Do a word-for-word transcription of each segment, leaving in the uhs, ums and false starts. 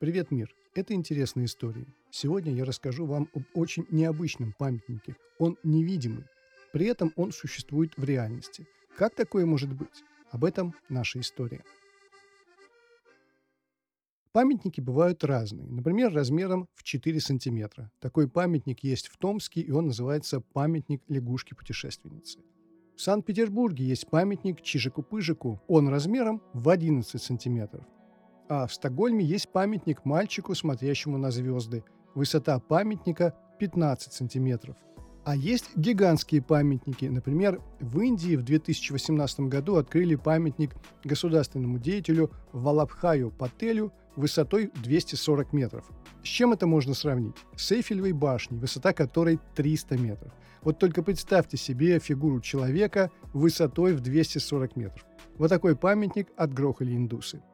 Привет, мир! Это интересная история. Сегодня я расскажу вам об очень необычном памятнике. Он невидимый, при этом он существует в реальности. Как такое может быть? Об этом наша история. Памятники бывают разные, например, размером в четыре сантиметра. Такой памятник есть в Томске, и он называется памятник лягушки-путешественницы. В Санкт-Петербурге есть памятник Чижику-Пыжику, он размером в одиннадцать сантиметров. А в Стокгольме есть памятник мальчику, смотрящему на звезды. Высота памятника пятнадцать сантиметров. А есть гигантские памятники. Например, в Индии в две тысячи восемнадцатом году открыли памятник государственному деятелю Валабхаю Пателю высотой двести сорок метров. С чем это можно сравнить? С Эйфелевой башней, высота которой триста метров. Вот только представьте себе фигуру человека высотой в двести сорок метров. Вот такой памятник отгрохали индусы.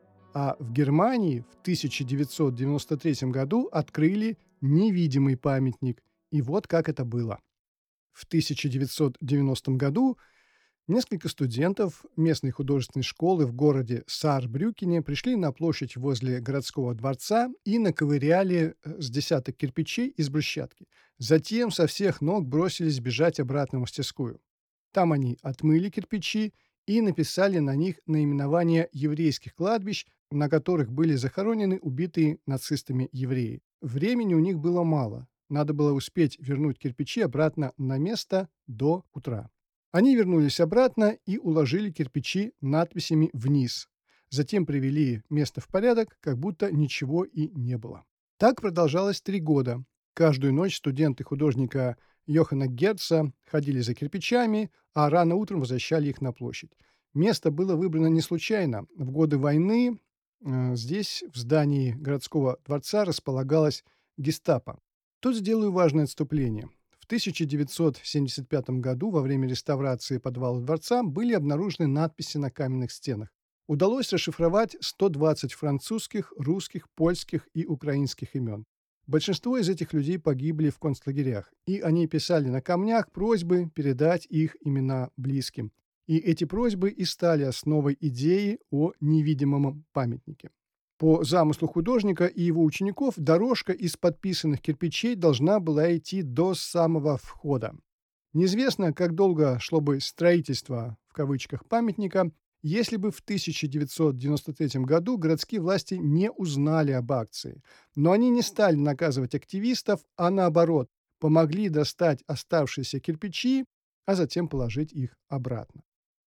А в Германии в тысяча девятьсот девяносто третьем году открыли невидимый памятник. И вот как это было. В тысяча девятьсот девяностом году несколько студентов местной художественной школы в городе Саарбрюкене пришли на площадь возле городского дворца и наковыряли с десяток кирпичей из брусчатки. Затем со всех ног бросились бежать обратно в мастерскую. Там они отмыли кирпичи и написали на них наименования еврейских кладбищ, на которых были захоронены убитые нацистами евреи. Времени у них было мало. Надо было успеть вернуть кирпичи обратно на место до утра. Они вернулись обратно и уложили кирпичи надписями вниз. Затем привели место в порядок, как будто ничего и не было. Так продолжалось три года. Каждую ночь студенты художника Йохана Герца ходили за кирпичами, а рано утром возвращали их на площадь. Место было выбрано не случайно. В годы войны э, здесь, в здании городского дворца, располагалась гестапо. Тут сделаю важное отступление. В тысяча девятьсот семьдесят пятом году во время реставрации подвала дворца были обнаружены надписи на каменных стенах. Удалось расшифровать сто двадцать французских, русских, польских и украинских имен. Большинство из этих людей погибли в концлагерях, и они писали на камнях просьбы передать их имена близким. И эти просьбы и стали основой идеи о невидимом памятнике. По замыслу художника и его учеников дорожка из подписанных кирпичей должна была идти до самого входа. Неизвестно, как долго шло бы строительство, в кавычках, памятника, если бы в тысяча девятьсот девяносто третьем году городские власти не узнали об акции. Но они не стали наказывать активистов, а наоборот, помогли достать оставшиеся кирпичи, а затем положить их обратно.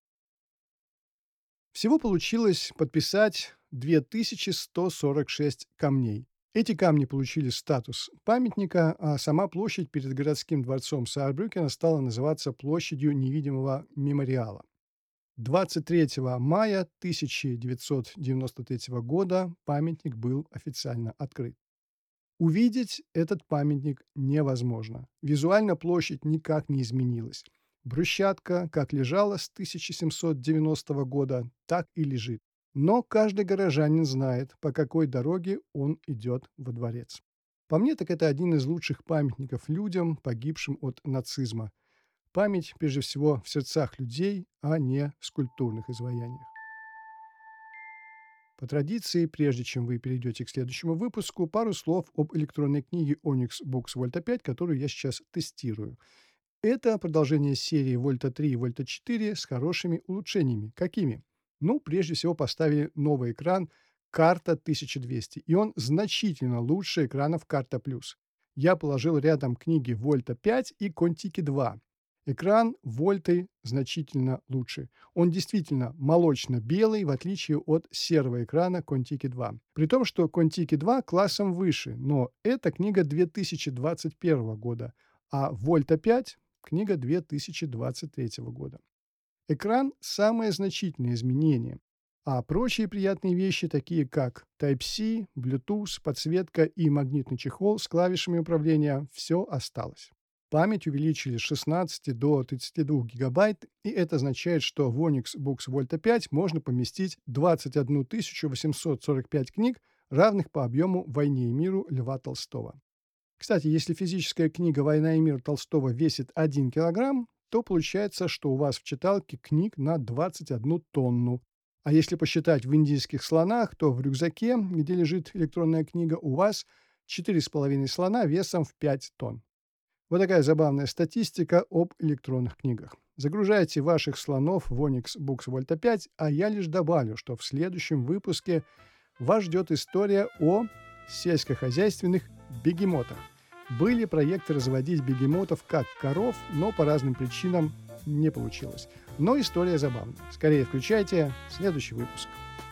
Всего получилось подписать две тысячи сто сорок шесть камней. Эти камни получили статус памятника, а сама площадь перед городским дворцом Саарбрюкена стала называться площадью невидимого мемориала. двадцать третьего мая тысяча девятьсот девяносто третьего года памятник был официально открыт. Увидеть этот памятник невозможно. Визуально площадь никак не изменилась. Брусчатка как лежала с тысяча семьсот девяностого года, так и лежит. Но каждый горожанин знает, по какой дороге он идет во дворец. По мне, так это один из лучших памятников людям, погибшим от нацизма. Память, прежде всего, в сердцах людей, а не в скульптурных изваяниях. По традиции, прежде чем вы перейдете к следующему выпуску, пару слов об электронной книге Onyx Books Volta пять, которую я сейчас тестирую. Это продолжение серии Volta три и Volta четыре с хорошими улучшениями. Какими? Ну, прежде всего, поставили новый экран Карта тысяча двести, и он значительно лучше экранов Карта Плюс. Я положил рядом книги Volta пять и Contiki два. Экран Volta значительно лучше. Он действительно молочно-белый, в отличие от серого экрана Contiki два. При том, что Contiki два классом выше, но это книга две тысячи двадцать первого года, а Volta пять – книга две тысячи двадцать третьего года. Экран – самое значительное изменение, а прочие приятные вещи, такие как Type-C, Bluetooth, подсветка и магнитный чехол с клавишами управления – все осталось. Память увеличили с шестнадцати до тридцати двух гигабайт, и это означает, что в Onyx Books Volta пять можно поместить двадцать одну тысячу восемьсот сорок пять книг, равных по объему «Войне и миру» Льва Толстого. Кстати, если физическая книга «Война и мир» Толстого весит один килограмм, то получается, что у вас в читалке книг на двадцать одну тонну. А если посчитать в индийских слонах, то в рюкзаке, где лежит электронная книга, у вас четыре с половиной слона весом в пять тонн. Вот такая забавная статистика об электронных книгах. Загружайте ваших слонов в Onyx Books Volta пять, а я лишь добавлю, что в следующем выпуске вас ждет история о сельскохозяйственных бегемотах. Были проекты разводить бегемотов как коров, но по разным причинам не получилось. Но история забавная. Скорее включайте следующий выпуск.